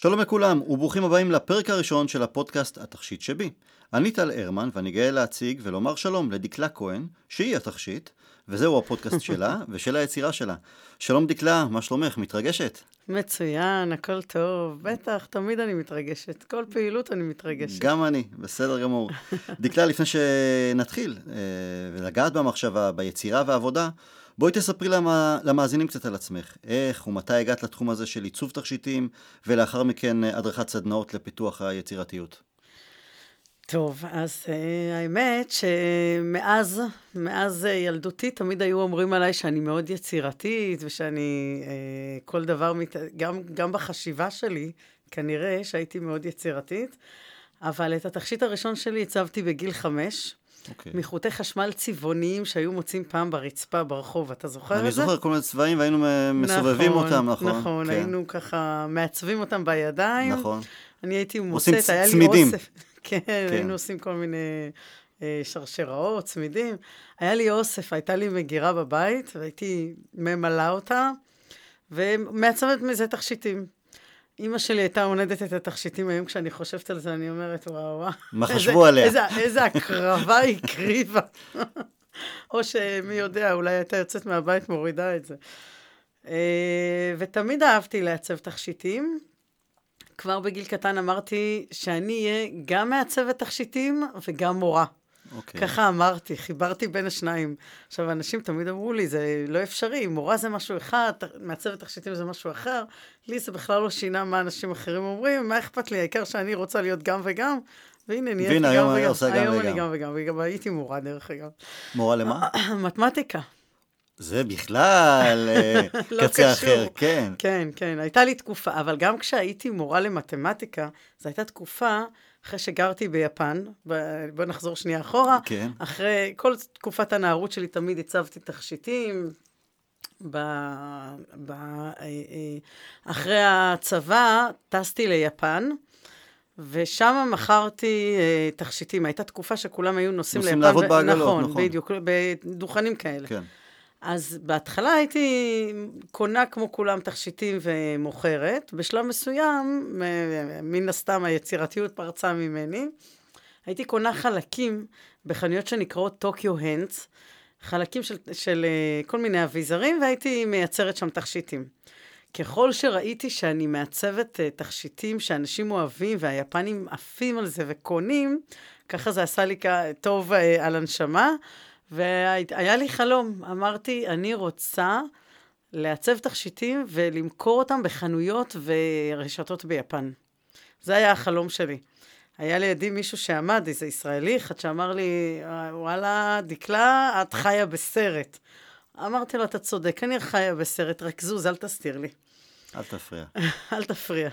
שלום לכולם וברוכים הבאים לפרק הראשון של הפודקאסט התכשיט שבי. אני טל הרמן ואני גאה להציג ולומר שלום לדקלה כהן, שהיא התכשיט, וזהו הפודקאסט שלה ושל היצירה שלה. שלום דקלה, מה שלומך? מתרגשת? מצוין, הכל טוב. בטח, תמיד אני מתרגשת. כל פעילות אני מתרגשת. גם אני, בסדר גמור. דקלה, לפני שנתחיל ולגעת במחשבה, ביצירה והעבודה, בואי תספרי למאזינים קצת על עצמך. איך ומתי הגעת לתחום הזה של עיצוב תכשיטים, ולאחר מכן הדרכת סדנאות לפיתוח היצירתיות. טוב, אז האמת שמאז ילדותי תמיד היו אומרים עליי שאני מאוד יצירתית, ושאני כל דבר, גם בחשיבה שלי, כנראה שהייתי מאוד יצירתית, אבל את התכשיט הראשון שלי הצבתי בגיל 5, מחוטי חשמל צבעוניים שהיו מוצאים פעם ברצפה, ברחוב, אתה זוכר את זה? אני זוכר כל מיני צבעים והיינו מסובבים אותם, נכון? נכון, היינו ככה מעצבים אותם בידיים. נכון. אני הייתי מוצאת, היה לי צמידים. אוסף. כן, היינו עושים כל מיני שרשראות, צמידים. היה לי אוסף, הייתה לי מגירה בבית, והייתי ממלאה אותה, ומעצבת מזה תכשיטים. אמא שלי הייתה עונדת את התכשיטים היום, כשאני חושבת על זה, אני אומרת, וואו. מה חשבו עליה? איזה הקרבה היא קריבה. או שמי יודע, אולי הייתה יוצאת מהבית, מורידה את זה. ותמיד אהבתי לעצב תכשיטים. כבר בגיל קטן אמרתי שאני אהיה גם מעצבת תכשיטים וגם מורה. ככה אמרתי, חיברתי בין השניים. עכשיו, אנשים תמיד אמרו לי, זה לא אפשרי, מורה זה משהו אחד, מעצבת תכשיטים זה משהו אחר. לי זה בכלל לא שינה מה אנשים אחרים אומרים, מה אכפת לי? העיקר שאני רוצה להיות גם וגם, והנה, נהייתי גם וגם. היום אני גם וגם, וגם הייתי מורה דרך אגב. מורה למה? מתמטיקה. זה בכלל קצה אחר, כן. כן, כן, הייתה לי תקופה, אבל גם כשהייתי מורה למתמטיקה, זו הייתה תקופה, אחרי שגרתי ביפן, בוא נחזור שנייה אחורה, כן. אחרי כל תקופת הנערות שלי תמיד הצבתי תכשיטים, אחרי הצבא טסתי ליפן, ושם מכרתי תכשיטים, הייתה תקופה שכולם היו נוסעים ליפן. לעבוד בעגלות, נכון. בדיוק, בדוכנים כאלה. כן. אז בהתחלה הייתי קונה כמו כולם תכשיטים ומוכרת, בשלב מסוים, מן הסתם היצירתיות פרצה ממני, הייתי קונה חלקים בחנויות שנקראות טוקיו הנדס, חלקים של כל מיני אביזרים, והייתי מייצרת שם תכשיטים. ככל שראיתי שאני מעצבת תכשיטים שאנשים אוהבים, והיפנים עפים על זה וקונים, ככה זה עשה לי טוב על הנשמה, והיה לי חלום, אמרתי, אני רוצה לעצב תכשיטים ולמכור אותם בחנויות ורשתות ביפן. זה היה החלום שלי. היה לידי מישהו שעמד, איזה ישראלי, אחד שאמר לי, וואלה, דקלה, את חיה בסרט. אמרתי לו, אתה צודק, אני חיה בסרט, רק זוז, אל תסתיר לי. אל תפריע. אל תפריע.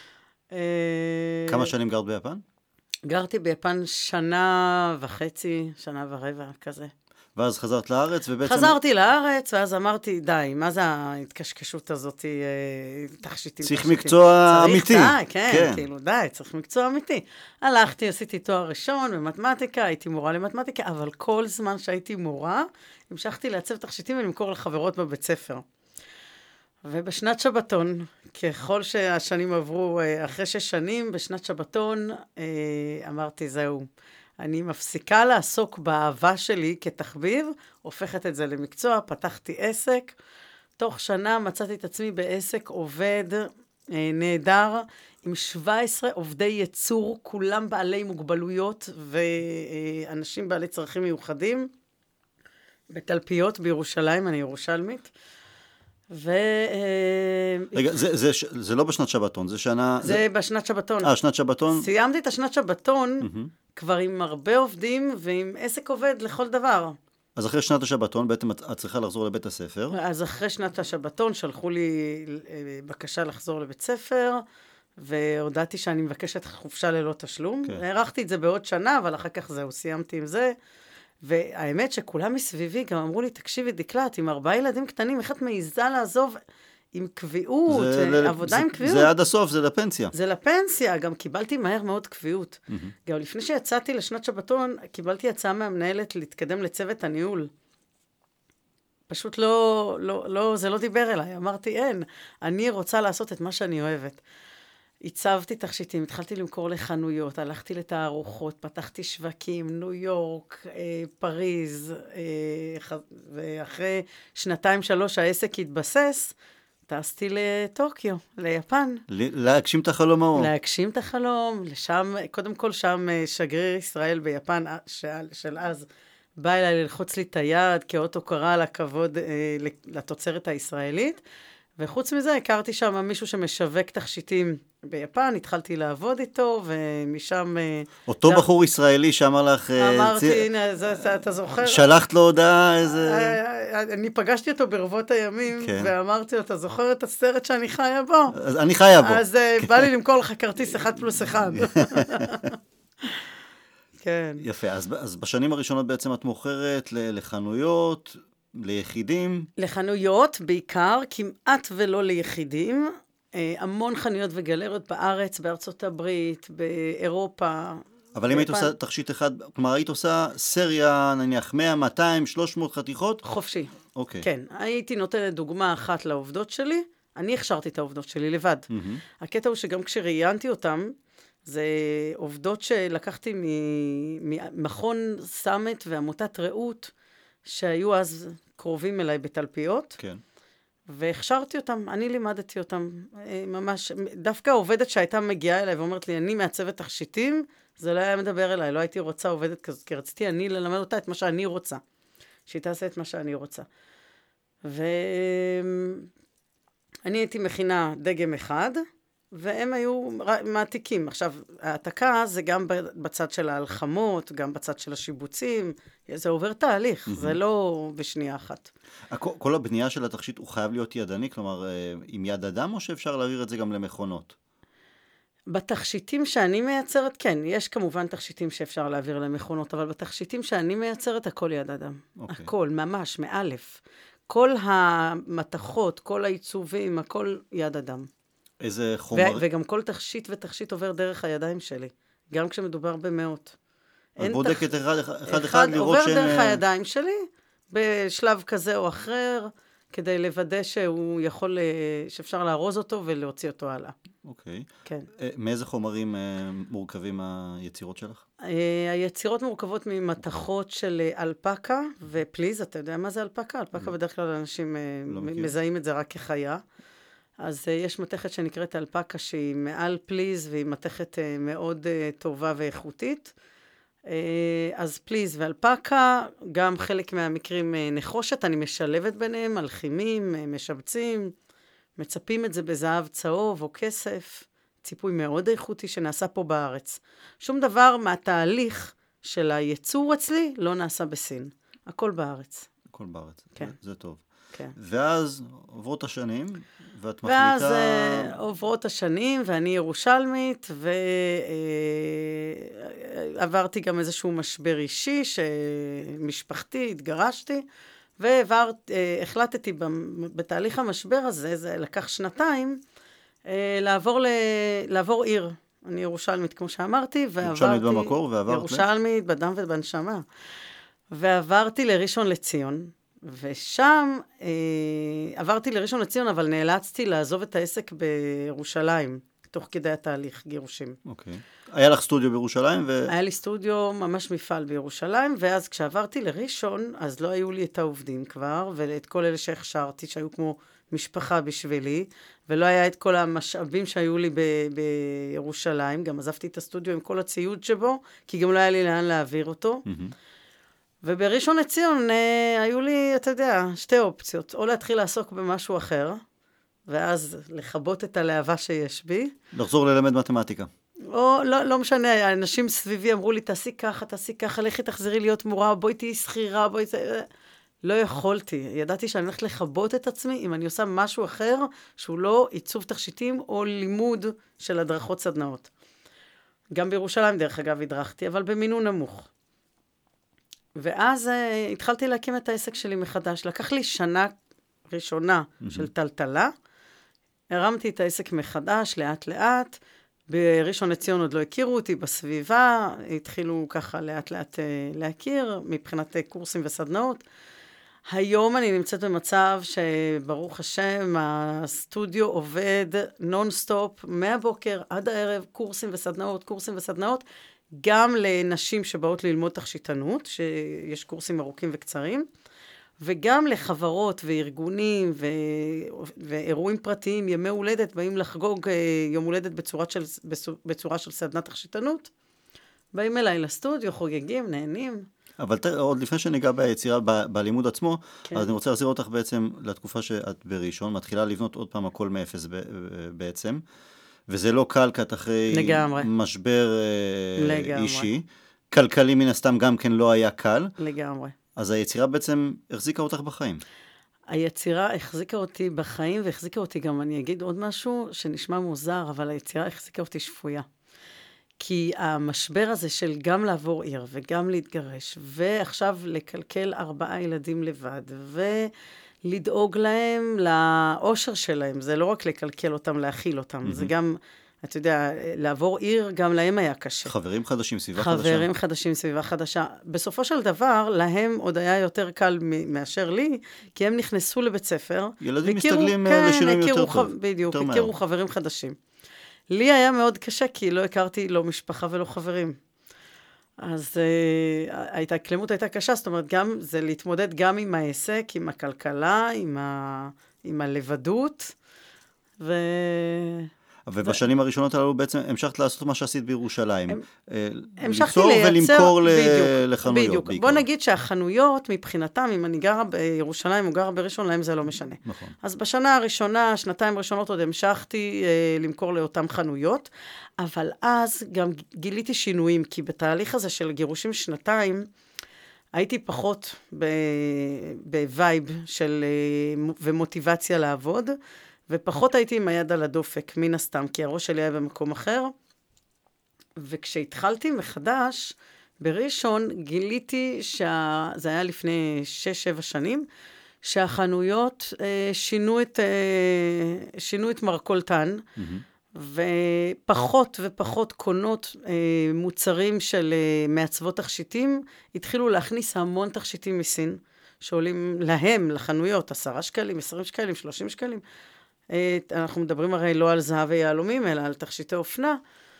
כמה שנים גרת ביפן? גרתי ביפן שנה וחצי, שנה ורבע, כזה. ואז חזרת לארץ ובעצם... חזרתי לארץ, ואז אמרתי, די, מה זה ההתקשקשות הזאת, תכשיטים? צריך מקצוע אמיתי. צריך, די, כן, כאילו, די, צריך מקצוע אמיתי. הלכתי, עשיתי תואר ראשון במתמטיקה, הייתי מורה למתמטיקה, אבל כל זמן שהייתי מורה, המשכתי לעצב תכשיטים ולמכור לחברות בבית ספר. ובשנת שבתון, ככל שהשנים עברו, אחרי 6 שנים, בשנת שבתון, אמרתי, זהו. אני מפסיקה לעסוק באהבה שלי כתחביב, הופכת את זה למקצוע, פתחתי עסק. תוך שנה מצאתי את עצמי בעסק עובד נהדר, עם 17 עובדי ייצור, כולם בעלי מוגבלויות ואנשים בעלי צרכים מיוחדים, בתלפיות בירושלים, אני ירושלמית. רגע, זה לא בשנת שבתון, זה שנה... זה בשנת שבתון. שנת שבתון? סיימתי את השנת שבתון, כבר עם הרבה עובדים ועם עסק עובד לכל דבר. אז אחרי שנת השבתון, בעצם את צריכה לחזור לבית הספר. אז אחרי שנת השבתון שלחו לי בקשה לחזור לבית ספר, והודעתי שאני מבקשת חופשה ללא תשלום. הערכתי את זה בעוד שנה, אבל אחר כך זהו, סיימתי עם זה. והאמת שכולם מסביבי גם אמרו לי, תקשיבי דקלה, את עם 4 ילדים קטנים, איך את מעיזה לעזוב עם קביעות, עבודה עם קביעות. זה עד הסוף, זה לפנסיה. זה לפנסיה, גם קיבלתי מהר מאוד קביעות. גם לפני שיצאתי לשנת שבתון, קיבלתי הצעה מהמנהלת להתקדם לצוות הניהול. פשוט זה לא דיבר אליי. אמרתי, אין, אני רוצה לעשות את מה שאני אוהבת. הצבתי תכשיטים, התחלתי למכור לחנויות, הלכתי לתערוכות, פתחתי שווקים, ניו יורק, פריז, ואחרי 2-3 העסק התבסס, טסתי לטוקיו, ליפן. להגשים את החלום ההוא. להגשים את החלום, לשם, קודם כל שם שגריר ישראל ביפן של אז, בא אליי ללחוץ לי את היד כאות הוקרה על הכבוד לתוצרת הישראלית, וחוץ מזה הכרתי שם מישהו שמשווק תכשיטים ביפן, התחלתי לעבוד איתו, ומשם... אותו בחור ישראלי שאמר לך... אמרתי, הנה, אתה זוכר? שלחת לו הודעה איזה... אני פגשתי אותו ברבות הימים, ואמרתי לו, אתה זוכר את הסרט שאני חיה בו? אז אני חיה בו. אז בא לי למכור לך כרטיס 1+1. כן. יפה, אז בשנים הראשונות בעצם את מוכרת לחנויות, ליחידים? לחנויות בעיקר, כמעט ולא ליחידים. המון חנויות וגלריות בארץ, בארצות הברית, באירופה. אבל אם היית עושה תכשיט אחד, כלומר היית עושה סריה, נניח 100, 200, 300 חתיכות? חופשי. אוקיי. כן, הייתי נותנת דוגמה אחת לעובדות שלי, אני הכשרתי את העובדות שלי לבד. הקטע הוא שגם כשראיינתי אותם, זה עובדות שלקחתי ממכון סמט ועמותת רעות, שהיו אז קרובים אליי בתלפיות. כן. והכשרתי אותם, אני לימדתי אותם, ממש, דווקא העובדת שהייתה מגיעה אליי ואומרת לי, אני מעצבת תכשיטים, זה לא היה מדבר אליי, לא הייתי רוצה עובדת כזאת, כי רציתי אני ללמד אותה את מה שאני רוצה, שהיא תעשה את מה שאני רוצה. ואני הייתי מכינה דגם אחד, והם היו מעתיקים. עכשיו, העתקה זה גם בצד של ההלחמות, גם בצד של השיבוצים, זה עובר תהליך, זה לא בשנייה אחת. כל הבנייה של התכשיט הוא חייב להיות ידני, כלומר, עם יד אדם, או שאפשר להעביר את זה גם למכונות? בתכשיטים שאני מייצרת, כן, יש כמובן תכשיטים שאפשר להעביר למכונות, אבל בתכשיטים שאני מייצרת, הכל יד אדם. הכל, ממש, מאלף. כל המתכות, כל העיצובים, הכל יד אדם. איזה חומר... וגם כל תכשיט ותכשיט עובר דרך הידיים שלי, גם כשמדובר במאות. את בודקת אחד לראות עובר דרך הידיים שלי, בשלב כזה או אחר, כדי לוודא שהוא יכול, שאפשר לארוז אותו ולהוציא אותו הלאה. אוקיי. כן. מאיזה חומרים מורכבים היצירות שלך? היצירות מורכבות ממתכות של אלפקה ופליז. אתה יודע מה זה אלפקה? אלפקה בדרך כלל אנשים מזהים את זה רק כחיה. אז יש מתכת שנקראת אלפקה שהיא מעל פליז, והיא מתכת מאוד טובה ואיכותית. אז פליז ואלפקה, גם חלק מהמקרים נחושת, אני משלבת ביניהם, אלכימים, משבצים, מצפים את זה בזהב צהוב או כסף, ציפוי מאוד איכותי שנעשה פה בארץ. שום דבר מהתהליך של הייצור אצלי לא נעשה בסין. הכל בארץ. הכל בארץ, כן. זה טוב. כן. ואז עוברות השנים, ואת מחליטה... ואז עוברות השנים, ואני ירושלמית, ועברתי גם איזשהו משבר אישי, משפחתי, התגרשתי, והחלטתי בתהליך המשבר הזה, זה לקח 2 לעבור עיר. אני ירושלמית, כמו שאמרתי, ירושלמית במקור, ועברת... ירושלמית, בדם ובנשמה. ועברתי לראשון לציון, ושם עברתי לראשון לציון, אבל נאלצתי לעזוב את העסק בירושלים, תוך כדי התהליך גירושים. אוקיי. היה לך סטודיו בירושלים? היה לי סטודיו, ממש מפעל בירושלים, ואז כשעברתי לראשון, אז לא היו לי את העובדים כבר, ואת כל אלה שהכשרתי, שהיו כמו משפחה בשבילי, ולא היה את כל המשאבים שהיו לי בירושלים, גם עזבתי את הסטודיו עם כל הציוד שבו, כי גם לא היה לי לאן להעביר אותו. ובראשון לציון היו לי, אתה יודע, 2 אופציות. או להתחיל לעסוק במשהו אחר, ואז לחבות את הלהבה שיש בי. לחזור ללמד מתמטיקה. או, לא משנה, האנשים סביבי אמרו לי, תעשי ככה, לכי תחזרי להיות מורה, בואי תהי שכירה, בואי... לא יכולתי. ידעתי שאני הולכת לחבות את עצמי אם אני עושה משהו אחר, שהוא לא עיצוב תכשיטים או לימוד של הדרכות סדנאות. גם בירושלים, דרך אגב, הדרכתי, אבל במינון נמוך. ואז התחלתי להקים את העסק שלי מחדש. לקח לי שנה ראשונה של טלטלה. הרמתי את העסק מחדש, לאט לאט. בראשון לציון עוד לא הכירו אותי בסביבה. התחילו ככה לאט לאט להכיר, מבחינת קורסים וסדנאות. היום אני נמצאת במצב שברוך השם, הסטודיו עובד נונסטופ, מהבוקר עד הערב, קורסים וסדנאות, גם לנשים שבאות ללמוד תכשיטנות, שיש קורסים ארוכים וקצרים, וגם לחברות וארגונים ואירועים פרטיים, ימי הולדת, באים לחגוג יום הולדת בצורה של סדנת תכשיטנות, באים אליי לסטודיו, חוגגים, נהנים. אבל עוד לפני שניגע ביצירה, בלימוד עצמו, כן. אז אני רוצה להחזיר אותך בעצם לתקופה שאת בראשון, מתחילה לבנות עוד פעם הכל מאפס בעצם, וזה לא קל, כי את אחרי לגמרי. משבר אישי, כלכלי מן הסתם גם כן לא היה קל. לגמרי. אז היצירה בעצם החזיקה אותך בחיים. היצירה החזיקה אותי בחיים, והחזיקה אותי גם, אני אגיד עוד משהו שנשמע מוזר, אבל היצירה החזיקה אותי שפויה. כי המשבר הזה של גם לעבור עיר וגם להתגרש, ועכשיו לקלקל 4 ילדים לבד, ולדאוג להם לאושר שלהם, זה לא רק לקלקל אותם, להכיל אותם, זה גם, אתה יודע, לעבור עיר, גם להם היה קשה. חברים חדשים, סביבה חדשה. חברים חדשים, סביבה חדשה. בסופו של דבר, להם עוד היה יותר קל מאשר לי, כי הם נכנסו לבית ספר. ילדים מסתגלים לשינויים יותר טוב. בדיוק, הכירו חברים חדשים. לי היה מאוד קשה, כי לא הכרתי לא משפחה ולא חברים. אז ההתאקלמות הייתה קשה, זאת אומרת, גם זה להתמודד גם עם העסק, עם הכלכלה, עם הלבדות, ובשנים הראשונות הללו בעצם המשכת לעשות מה שעשית בירושלים. המשכתי ליצור ולמכור לחנויות. בדיוק. בוא נגיד שהחנויות, מבחינתם, אם אני גרה בירושלים או גרה בראשון, להם זה לא משנה. נכון. אז בשנה הראשונה, שנתיים ראשונות עוד המשכתי למכור לאותם חנויות, אבל אז גם גיליתי שינויים, כי בתהליך הזה של גירושים שנתיים, הייתי פחות בווייב ומוטיבציה לעבוד, ופחות הייתי עם היד על הדופק, מן הסתם, כי הראש שלי היה במקום אחר. וכשהתחלתי מחדש, בראשון גיליתי זה היה לפני 6-7 שנים, שהחנויות שינו את מרכולתן, ופחות ופחות קונות מוצרים של מעצבות תכשיטים, התחילו להכניס המון תכשיטים מסין, שעולים להם, לחנויות, 10 שקלים, 20 שקלים, 30 שקלים, אנחנו מדברים הרי לא על זהב ויהלומים, אלא על תכשיטי אופנה,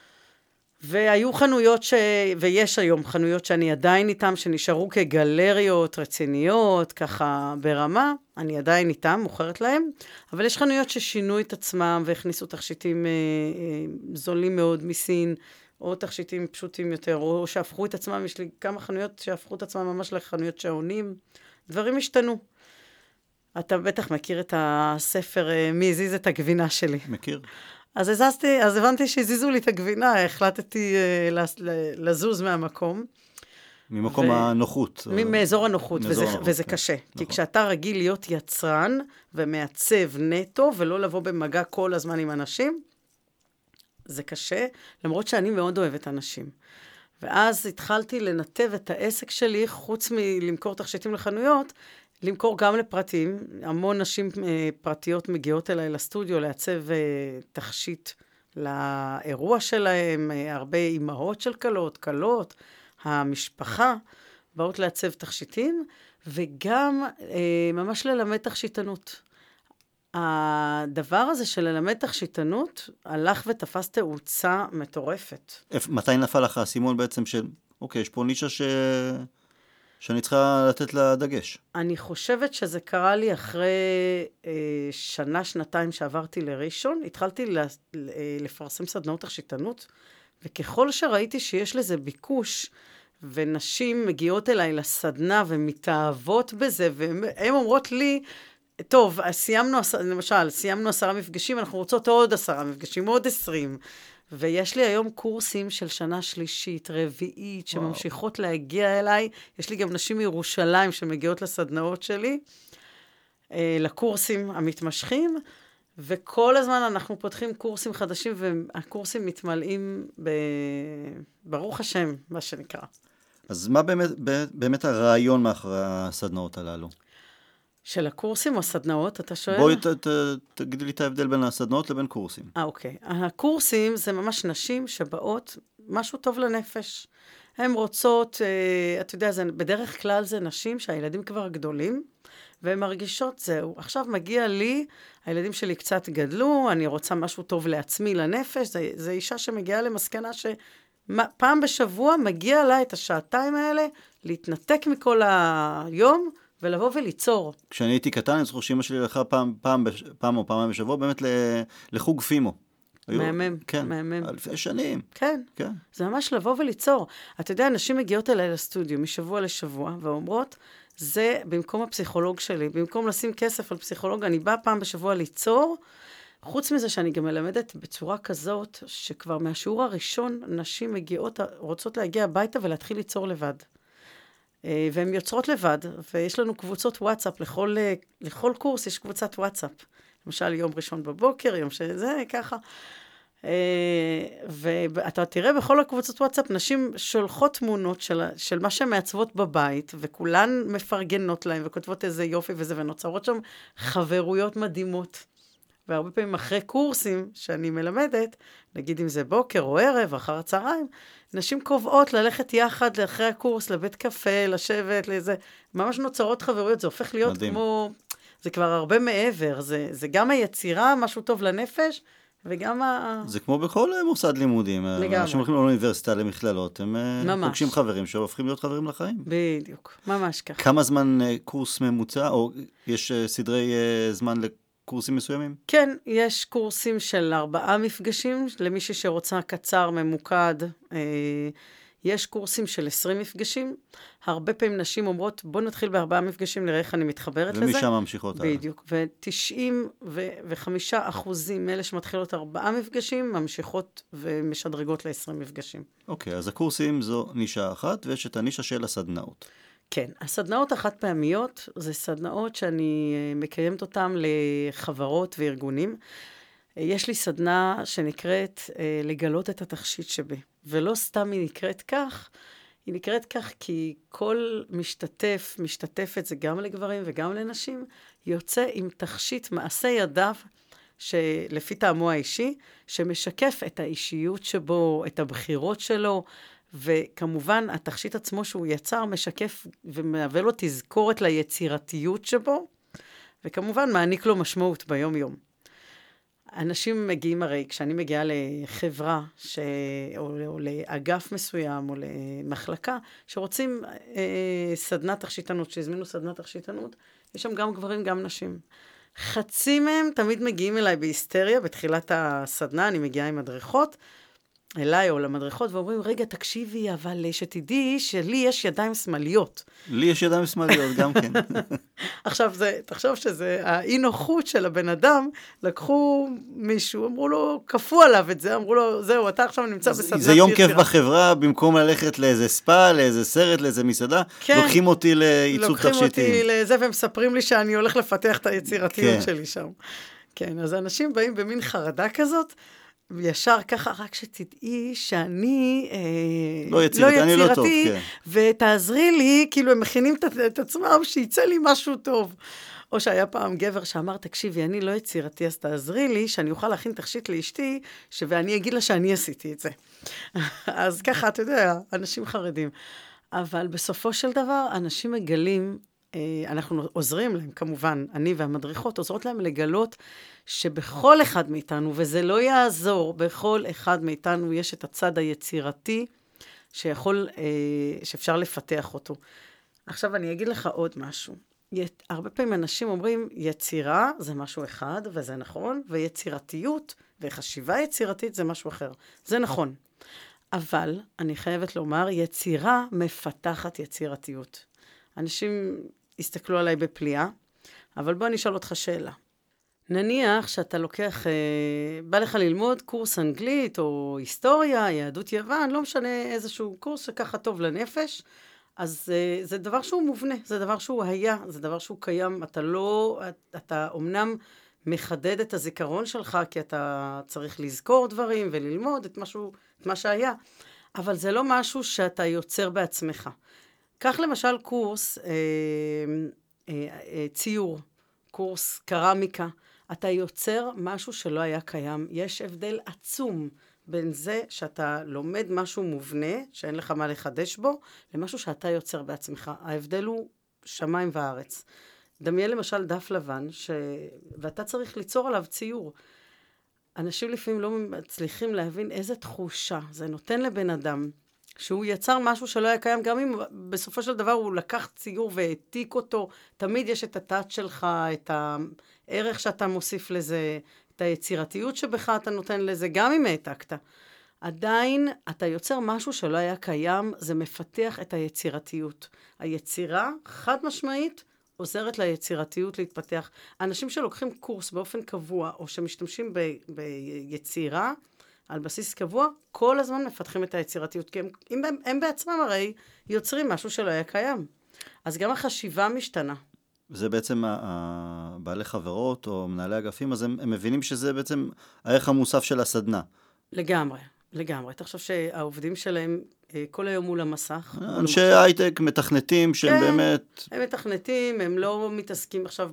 והיו חנויות ויש היום חנויות שאני עדיין איתם, שנשארו כגלריות רציניות, ככה ברמה, אני עדיין איתם, מוכרת להם, אבל יש חנויות ששינו את עצמם, והכניסו תכשיטים זולים מאוד מסין, או תכשיטים פשוטים יותר, או שהפכו את עצמם, יש לי כמה חנויות שהפכו את עצמם ממש לחנויות שעונים, דברים השתנו. אתה בטח מכיר את הספר מי הזיז את הגבינה שלי. מכיר. אז הבנתי שהזיזו לי את הגבינה, החלטתי לזוז מהמקום. ממקום הנוחות. מאזור הנוחות, וזה קשה. כי כשאתה רגיל להיות יצרן ומעצב נטו, ולא לבוא במגע כל הזמן עם אנשים, זה קשה, למרות שאני מאוד אוהבת אנשים. ואז התחלתי לנתב את העסק שלי, חוץ מלמכור תכשיטים לחנויות, למכור גם לפרטים. המון נשים פרטיות מגיעות אליי לסטודיו לעצב תכשיט לאירוע שלהם, הרבה אימהות של קלות, המשפחה באות לעצב תכשיטים, וגם ממש ללמד תכשיטנות. הדבר הזה של ללמד תכשיטנות הלך ותפס תאוצה מטורפת. מתי נפל לך הסימון בעצם של, אוקיי, יש פה נישה שאני צריכה לתת לה דגש? אני חושבת שזה קרה לי אחרי שנה-שנתיים שעברתי לראשון, התחלתי לפרסם סדנאות תכשיטנות, וככל שראיתי שיש לזה ביקוש, ונשים מגיעות אליי לסדנה ומתאהבות בזה, והן אומרות לי, טוב, סיימנו 10 מפגשים, אנחנו רוצות עוד 10 מפגשים, עוד 20. ויש לי היום קורסים של שנה שלישית, רביעית, שממשיכות להגיע אליי. יש לי גם נשים מירושלים שמגיעות לסדנאות שלי, לקורסים המתמשכים, וכל הזמן אנחנו פותחים קורסים חדשים, והקורסים מתמלאים ברוך השם, מה שנקרא. אז מה באמת הרעיון מאחורי הסדנאות הללו? של הקורסים או סדנאות, אתה שואל? בואי תגידי לי את ההבדל בין הסדנאות לבין קורסים. אוקיי. הקורסים זה ממש נשים שבאות משהו טוב לנפש. הן רוצות, אתה יודע, בדרך כלל זה נשים שהילדים כבר גדולים, והן מרגישות, זהו, עכשיו מגיע לי, הילדים שלי קצת גדלו, אני רוצה משהו טוב לעצמי, לנפש, זה אישה שמגיעה למסקנה שפעם בשבוע מגיע לה את השעתיים האלה, להתנתק מכל היום, ולבוא וליצור. כשאני הייתי קטן, אני זוכר שאמא שלי הלכה פעם או פעמיים בשבוע, באמת לחוג פימו. מהמם, כן, מהמם. לפני שנים. כן, כן. זה ממש לבוא וליצור. אתה יודע, נשים מגיעות אליי לסטודיו משבוע לשבוע, ואומרות, זה במקום הפסיכולוג שלי, במקום לשים כסף על פסיכולוג, אני באה פעם בשבוע ליצור, חוץ מזה שאני גם מלמדת בצורה כזאת, שכבר מהשיעור הראשון, נשים מגיעות, רוצות להגיע הביתה ולהתחיל ליצור לבד. והן יוצרות לבד, ויש לנו קבוצות וואטסאפ, לכל קורס יש קבוצת וואטסאפ. למשל, יום ראשון בבוקר, יום שזה, ככה. ואתה תראה בכל הקבוצות וואטסאפ, נשים שולחות תמונות של מה שהן מעצבות בבית, וכולן מפרגנות להן, וכותבות איזה יופי וזה, ונוצרות שם חברויות מדהימות. והרבה פעמים אחרי קורסים שאני מלמדת, נגיד אם זה בוקר או ערב, אחר הצהריים, נשים קובעות ללכת יחד לאחרי הקורס, לבית קפה, לשבת, לאיזה, ממש נוצרות חברויות, זה הופך להיות מדהים. כמו, זה כבר הרבה מעבר, זה גם היצירה, משהו טוב לנפש, וגם זה כמו בכל מוסד לימודים. לגמרי. אנשים הולכים לאוניברסיטה, למכללות, הם פוגשים חברים שהופכים להיות חברים לחיים. בדיוק, ממש ככה. כמה זמן קורס ממוצע, או יש סדרי זמן קורסים מסוימים? כן, יש קורסים של 4 מפגשים, למישהי שרוצה קצר, ממוקד. יש קורסים של 20 מפגשים. הרבה פעמים נשים אומרות, בוא נתחיל ב4 מפגשים, נראה איך אני מתחברת לזה. ומשם ממשיכות הלאה. בדיוק. ו-95% מאלה שמתחילות 4 מפגשים, ממשיכות ומשדרגות ל-20 מפגשים. אוקיי, אז הקורסים זו נישה אחת, ויש את הנישה של הסדנאות. כן, הסדנאות החד פעמיות, זה סדנאות שאני מקיימת אותן לחברות וארגונים. יש לי סדנה שנקראת לגלות את התכשיט שבי, ולא סתם היא נקראת כך, היא נקראת כך כי כל משתתפת, זה גם לגברים וגם לנשים, יוצא עם תכשיט מעשה ידיו, שלפי טעמו האישי, שמשקף את האישיות שבו, את הבחירות שלו, וכמובן, התכשיט עצמו שהוא יצר משקף ומהווה לו תזכורת ליצירתיות שבו, וכמובן מעניק לו משמעות ביום-יום. אנשים מגיעים הרי, כשאני מגיעה לחברה, או לאגף מסוים, או למחלקה, שרוצים סדנת תכשיטנות, שהזמינו סדנת תכשיטנות, יש שם גם גברים, גם נשים. חצי מהם תמיד מגיעים אליי בהיסטריה, בתחילת הסדנה, אני מגיעה עם מדריכות, אליי או למדריכות, ואומרים, רגע, תקשיבי, אבל שתדעי שלי יש ידיים שמאליות. לי יש ידיים שמאליות, גם כן. עכשיו, תחשוב שזה האי נוחות של הבן אדם, לקחו מישהו, אמרו לו, כפו עליו את זה, אמרו לו, זהו, אתה עכשיו נמצא בסדנת יצירה. זה יום כיף בחברה, במקום ללכת לאיזה ספא, לאיזה סרט, לאיזה מסעדה, כן. לוקחים אותי לעיצוב תכשיטים. לוקחים אותי לזה, והם מספרים לי שאני הולך לפתח את היצירתיות כן. שלי שם. כן, אז אנשים באים במין חרדה כזאת, וישר ככה, רק שתדעי שאני לא יצירתי, אני לא טוב, כן. ותעזרי לי, כאילו הם מכינים את עצמם, שיצא לי משהו טוב. או שהיה פעם גבר שאמר, תקשיבי, אני לא יצירתי, אז תעזרי לי, שאני אוכל להכין תכשיט לאשתי, ואני אגיד לה שאני עשיתי את זה. אז ככה, אתה יודע, אנשים חרדים. אבל בסופו של דבר, אנשים מגלים, אנחנו עוזרים להם, כמובן, אני והמדריכות עוזרות להם לגלות שבכל אחד מאיתנו, וזה לא יעזור, בכל אחד מאיתנו יש את הצד היצירתי שאפשר לפתח אותו. עכשיו אני אגיד לך עוד משהו. הרבה פעמים אנשים אומרים, יצירה זה משהו אחד, וזה נכון, ויצירתיות וחשיבה יצירתית זה משהו אחר. זה נכון. אבל אני חייבת לומר, יצירה מפתחת יצירתיות. אנשים הסתכלו עליי בפליאה, אבל בוא אני אשאל אותך שאלה. נניח שאתה לוקח, בא לך ללמוד קורס אנגלית או היסטוריה, יהדות יוון, לא משנה איזשהו קורס שככה טוב לנפש, אז זה דבר שהוא מובנה, זה דבר שהוא היה, זה דבר שהוא קיים, אתה אומנם מחדד את הזיכרון שלך, כי אתה צריך לזכור דברים וללמוד את מה שהיה, אבל זה לא משהו שאתה יוצר בעצמך. כך למשל קורס ציור, קורס קרמיקה, אתה יוצר משהו שלא היה קיים. יש הבדל עצום בין זה שאתה לומד משהו מובנה, שאין לך מה לחדש בו, למשהו שאתה יוצר בעצמך. ההבדל הוא שמיים וארץ. דמיין למשל דף לבן, ואתה צריך ליצור עליו ציור. אנשים לפעמים לא מצליחים להבין איזה תחושה זה נותן לבן אדם, שהוא יצר משהו שלא היה קיים, גם אם בסופו של דבר הוא לקח ציור והעתיק אותו, תמיד יש את הטאץ' שלך, את הערך שאתה מוסיף לזה, את היצירתיות שבך אתה נותן לזה, גם אם העתקת. עדיין אתה יוצר משהו שלא היה קיים, זה מפתח את היצירתיות. היצירה, חד משמעית, עוזרת ליצירתיות להתפתח. אנשים שלוקחים קורס באופן קבוע, או שמשתמשים ביצירה, על בסיס קבוע, כל הזמן מפתחים את היצירתיות, כי הם בעצמם הרי יוצרים משהו שלא היה קיים. אז גם החשיבה משתנה. זה בעצם בעלי חברות או מנהלי אגפים, אז הם מבינים שזה בעצם הערך המוסף של הסדנה. לגמרי, לגמרי. אתה חושב שהעובדים שלהם כל היום מול המסך? אנשי הייטק מתכנתים שהם באמת... הם מתכנתים, הם לא מתעסקים עכשיו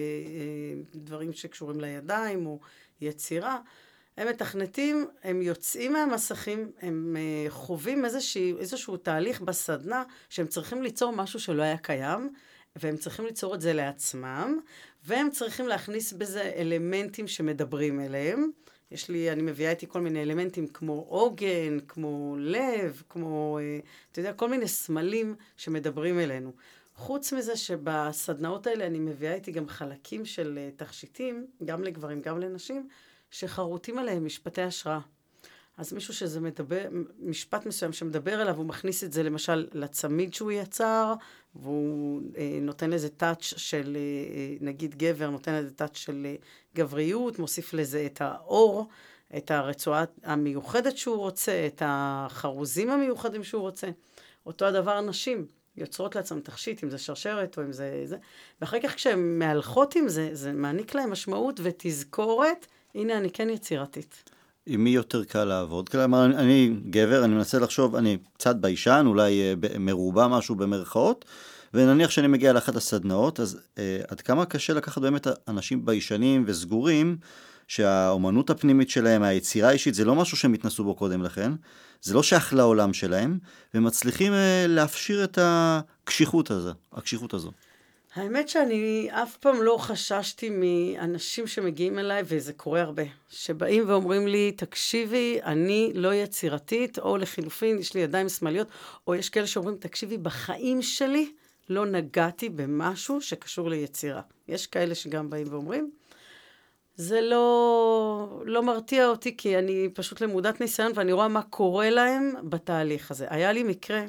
בדברים שקשורים לידיים או יצירה. הם מתכנתים, הם יוצאים מהמסכים, הם חווים איזשהו תהליך בסדנה, שהם צריכים ליצור משהו שלא היה קיים, והם צריכים ליצור את זה לעצמם, והם צריכים להכניס בזה אלמנטים שמדברים אליהם. אני מביאה איתי כל מיני אלמנטים כמו עוגן, כמו לב, כמו, אתה יודע, כל מיני סמלים שמדברים אלינו. חוץ מזה שבסדנאות האלה אני מביאה איתי גם חלקים של תכשיטים, גם לגברים, גם לנשים, שחרוטים עליהם משפטי השראה. אז מישהו שזה מדבר, משפט מסוים שמדבר אליו, הוא מכניס את זה למשל לצמיד שהוא יצר, והוא נותן לזה טאץ' של, נגיד גבר, נותן לזה טאץ' של גבריות, מוסיף לזה את האור, את הרצועה המיוחדת שהוא רוצה, את החרוזים המיוחדים שהוא רוצה. אותו הדבר נשים יוצרות לעצם תכשיט, אם זה שרשרת או אם זה, ואחר כך כשהן מהלכות עם זה, זה מעניק להם משמעות ותזכורת, הנה אני כן יצירתית. עם מי יותר קל לעבוד? כלומר, אני גבר, אני מנסה לחשוב, אני קצת ביישן, אולי מרובה משהו במרכאות, ונניח שאני מגיע לאחת הסדנאות, אז עד כמה קשה לקחת באמת אנשים ביישנים וסגורים, שהאומנות הפנימית שלהם, היצירה האישית, זה לא משהו שהם התנסו בו קודם לכן, זה לא שייך לעולם שלהם, ומצליחים להפשיר את הקשיחות הזו. האמת שאני אף פעם לא חששתי מאנשים שמגיעים אליי, וזה קורה הרבה, שבאים ואומרים לי, תקשיבי, אני לא יצירתית, או לחילופין, יש לי ידיים שמאליות, או יש כאלה שאומרים, תקשיבי, בחיים שלי לא נגעתי במשהו שקשור ליצירה. יש כאלה שגם באים ואומרים, זה לא מרתיע אותי, כי אני פשוט למודת ניסיון, ואני רואה מה קורה להם בתהליך הזה. היה לי מקרה,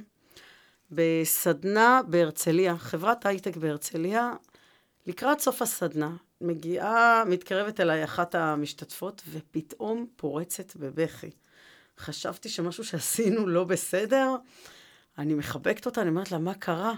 בסדנה בהרצליה, חברת הייטק בהרצליה, לקראת סוף הסדנה, מתקרבת אליי אחת המשתתפות, ופתאום פורצת בבכי. חשבתי שמשהו שעשינו לא בסדר, אני מחבקת אותה, אני אומרת לה, מה קרה?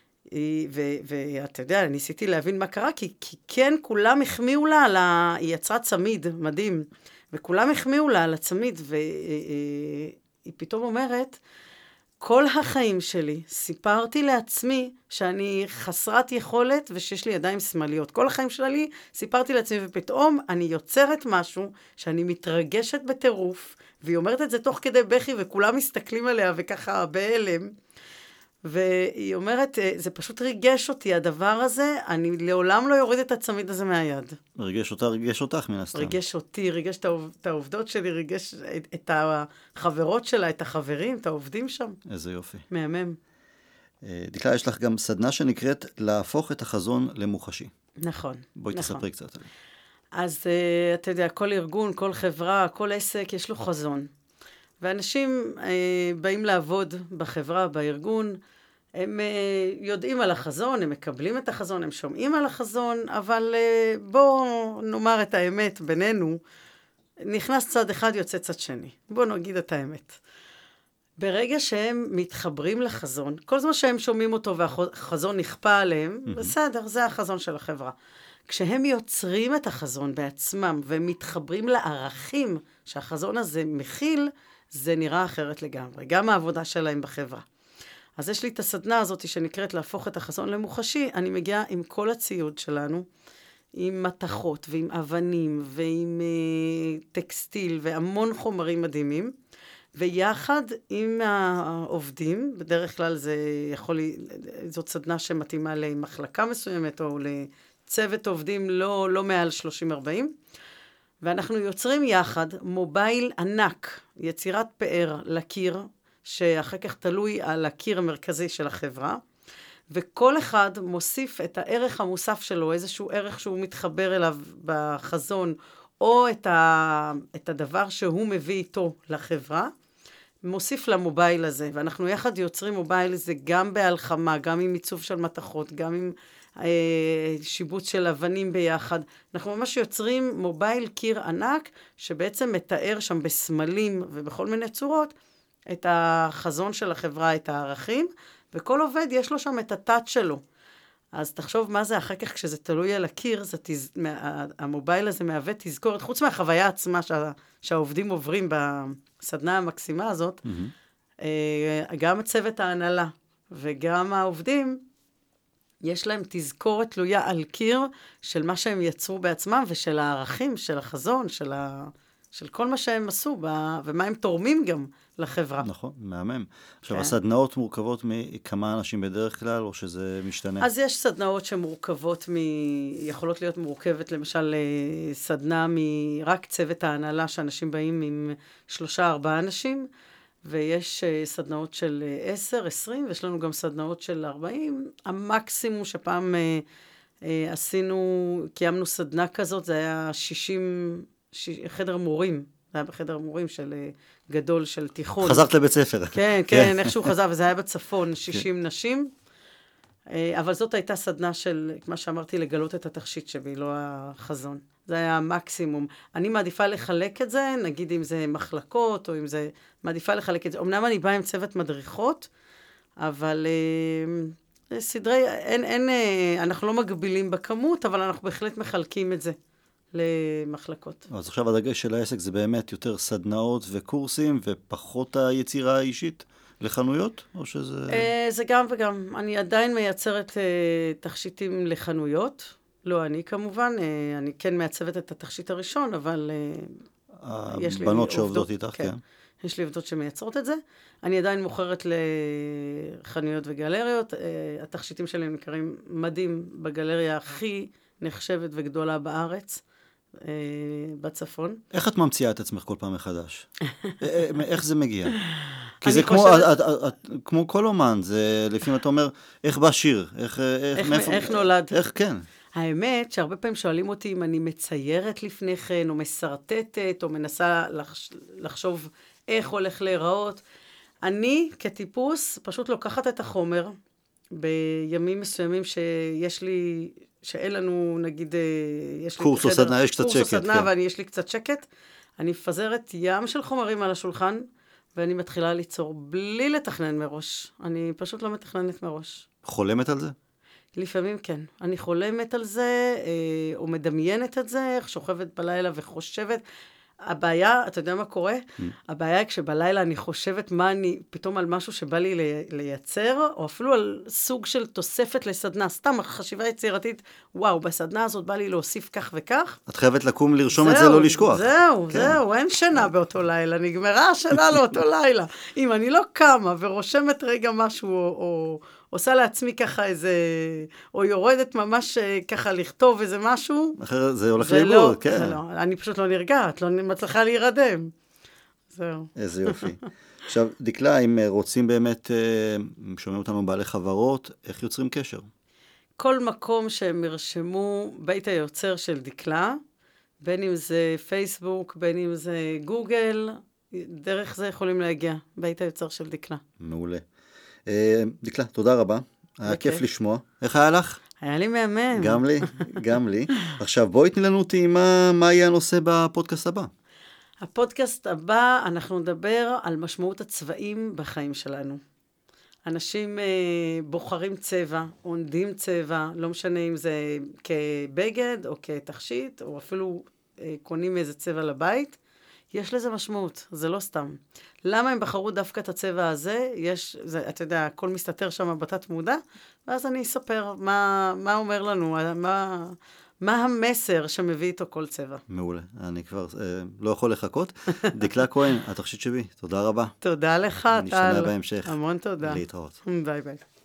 ואתה יודע, ניסיתי להבין מה קרה, כי כן, כולם החמיאו לה, היא יצרה צמיד מדהים, וכולם החמיאו לה על הצמיד, והיא פתאום אומרת, כל החיים שלי סיפרתי לעצמי שאני חסרת יכולת ושיש לי ידיים שמאליות. כל החיים שלי סיפרתי לעצמי ופתאום אני יוצרת משהו שאני מתרגשת בטירוף, והיא אומרת את זה תוך כדי בכי וכולם מסתכלים עליה וככה בהלם. והיא אומרת, זה פשוט ריגש אותי הדבר הזה, אני לעולם לא יוריד את הצמיד הזה מהיד. ריגש אותך מן הסתם. ריגש אותי, ריגש את העובדות שלי, ריגש את החברות שלה, את החברים, את העובדים שם. איזה יופי. מהמם. דקלה, יש לך גם סדנה שנקראת להפוך את החזון למוחשי. נכון. בואי תספרי קצת עליה. אז אתה יודע, כל ארגון, כל חברה, כל עסק, יש לו חזון. ואנשים באים לעבוד בחברה, בארגון, הם יודעים על החזון, הם מקבלים את החזון, הם שומעים על החזון, אבל בואו נאמר את האמת בינינו, נכנס צד אחד, יוצא צד שני. בואו נגיד את האמת. ברגע שהם מתחברים לחזון, כל זמן שהם שומעים אותו והחזון נכפה עליהם, בסדר, זה החזון של החברה. כשהם יוצרים את החזון בעצמם ומתחברים לערכים שהחזון הזה מכיל, זה נראה אחרת לגמרי, גם העבודה שלהם בחברה. אז יש לי את הסדנה הזאת שנקראת להפוך את החזון למוחשי, אני מגיעה עם כל הציוד שלנו, עם מתכות ועם אבנים ועם טקסטיל והמון חומרים מדהימים, ויחד עם העובדים, בדרך כלל זאת סדנה שמתאימה למחלקה מסוימת או לצוות עובדים לא מעל 30-40, ואנחנו יוצרים יחד מובייל ענק, יצירת פאר לקיר, שאחר כך תלוי על הקיר המרכזי של החברה, וכל אחד מוסיף את הערך המוסף שלו, איזשהו ערך שהוא מתחבר אליו בחזון, או את הדבר שהוא מביא איתו לחברה, מוסיף למובייל הזה, ואנחנו יחד יוצרים מובייל הזה גם בהלחמה, גם עם עיצוב של מתכות, גם עם שיבוץ של אבנים ביחד. אנחנו ממש יוצרים מובייל קיר ענק, שבעצם מתאר שם בסמלים ובכל מיני צורות, את החזון של החברה, את הערכים, וכל עובד יש לו שם את הטאט שלו. אז תחשוב מה זה אחר כך כשזה תלוי על הקיר, המובייל הזה מהווה תזכורת, חוץ מהחוויה עצמה שהעובדים עוברים בסדנה המקסימה הזאת, גם צוות ההנהלה וגם העובדים, יש להם תזכורת תלויה על קיר של מה שהם יצרו בעצמם, ושל הערכים, של החזון, של כל מה שהם עשו, ומה הם תורמים גם לחברה. נכון, מהמם. עכשיו, הסדנאות מורכבות מכמה אנשים בדרך כלל, או שזה משתנה? אז יש סדנאות שמורכבות יכולות להיות מורכבת, למשל, סדנה מרק צוות ההנהלה, שאנשים באים עם 3-4 אנשים, ויש סדנאות של 10, 20, ויש לנו גם סדנאות של 40. המקסימום שפעם קיימנו סדנה כזאת, זה היה 60... חדר מורים, זה היה בחדר מורים של גדול של תיכון. חזרת לבית ספר. כן, כן, איכשהו חזר, וזה היה בצפון, 60 נשים, אבל זאת הייתה סדנה של, כמו שאמרתי, לגלות את התכשיט שבי, לא החזון. זה היה המקסימום. אני מעדיפה לחלק את זה, נגיד אם זה מחלקות, או אם זה, מעדיפה לחלק את זה. אמנם אני באה עם צוות מדריכות, אבל סדרי, אנחנו לא מגבילים בכמות, אבל אנחנו בהחלט מחלקים את זה. למחלקות. אז עכשיו הדגש של העסק זה באמת יותר סדנאות וקורסים, ופחות היצירה האישית לחנויות, או שזה... זה גם וגם. אני עדיין מייצרת תכשיטים לחנויות, לא אני כמובן, אני כן מייצבת את התכשיט הראשון, אבל יש לי הבנות שעובדות איתך, כן. יש לי עובדות שמייצרות את זה. אני עדיין מוכרת לחנויות וגלריות. התכשיטים שלי נקראים מדהים בגלריה הכי נחשבת וגדולה בארץ. בצפון. איך את ממציאה את עצמך כל פעם מחדש? איך זה מגיע? כי זה כמו כל אומן, זה לפעמים אתה אומר, איך בא שיר? איך נולד? איך כן? האמת שהרבה פעמים שואלים אותי אם אני מציירת לפני כן, או מסרטטת, או מנסה לחשוב איך הולך להיראות. אני כטיפוס פשוט לוקחת את החומר, בימים מסוימים שיש לי... שאין לנו, נגיד, יש לי קורס או סדנה, יש קצת שקט. קורס או סדנה, ויש לי קצת שקט. אני מפזרת ים של חומרים על השולחן, ואני מתחילה ליצור בלי לתכנן מראש. אני פשוט לא מתכננת מראש. חולמת על זה? לפעמים כן. אני חולמת על זה, או מדמיינת את זה, שוכבת בלילה וחושבת. הבעיה, אתה יודע מה קורה? הבעיה היא כשבלילה אני חושבת פתאום על משהו שבא לי לייצר, או אפילו על סוג של תוספת לסדנה, סתם חשיבה יצירתית, וואו, בסדנה הזאת בא לי להוסיף כך וכך. את חייבת לקום לרשום את זה, לא לשכוח. זהו, אין שינה באותו לילה, נגמרה השינה לאותו לילה. אם אני לא קמה ורושמת רגע משהו, או עושה לעצמי ככה איזה, או יורדת ממש ככה לכתוב איזה משהו. אחרת זה הולך לאיבוד, כן. זה לא, אני פשוט לא נרגעת, לא מצליחה להירדם. זהו. איזה יופי. עכשיו, דקלה, אם רוצים באמת, שומעים אותנו בעלי חברות, איך יוצרים קשר? כל מקום שהם ירשמו בית היוצר של דקלה, בין אם זה פייסבוק, בין אם זה גוגל, דרך זה יכולים להגיע, בית היוצר של דקלה. מעולה. דקלה, תודה רבה. היה כיף לשמוע. איך היה לך? היה לי מהמם. גם לי. עכשיו, בואי תני לנו טעימה, מה יהיה הנושא בפודקאסט הבא? הפודקאסט הבא, אנחנו נדבר על משמעות הצבעים בחיים שלנו. אנשים בוחרים צבע, עונדים צבע, לא משנה אם זה כבגד או כתכשיט, או אפילו קונים איזה צבע לבית. יש לזה משמעות, זה לא סתם. למה הם בחרו דווקא את הצבע הזה? אתה יודע, הכל מסתתר שם בתת מודע, ואז אני אספר מה אומר לנו, מה המסר שמביא איתו כל צבע. מעולה. אני כבר לא יכול לחכות. דקלה כהן, התכשיט שבי, תודה רבה. תודה לך, טל. נשתמע בהמשך. המון תודה. להתראות. ביי ביי.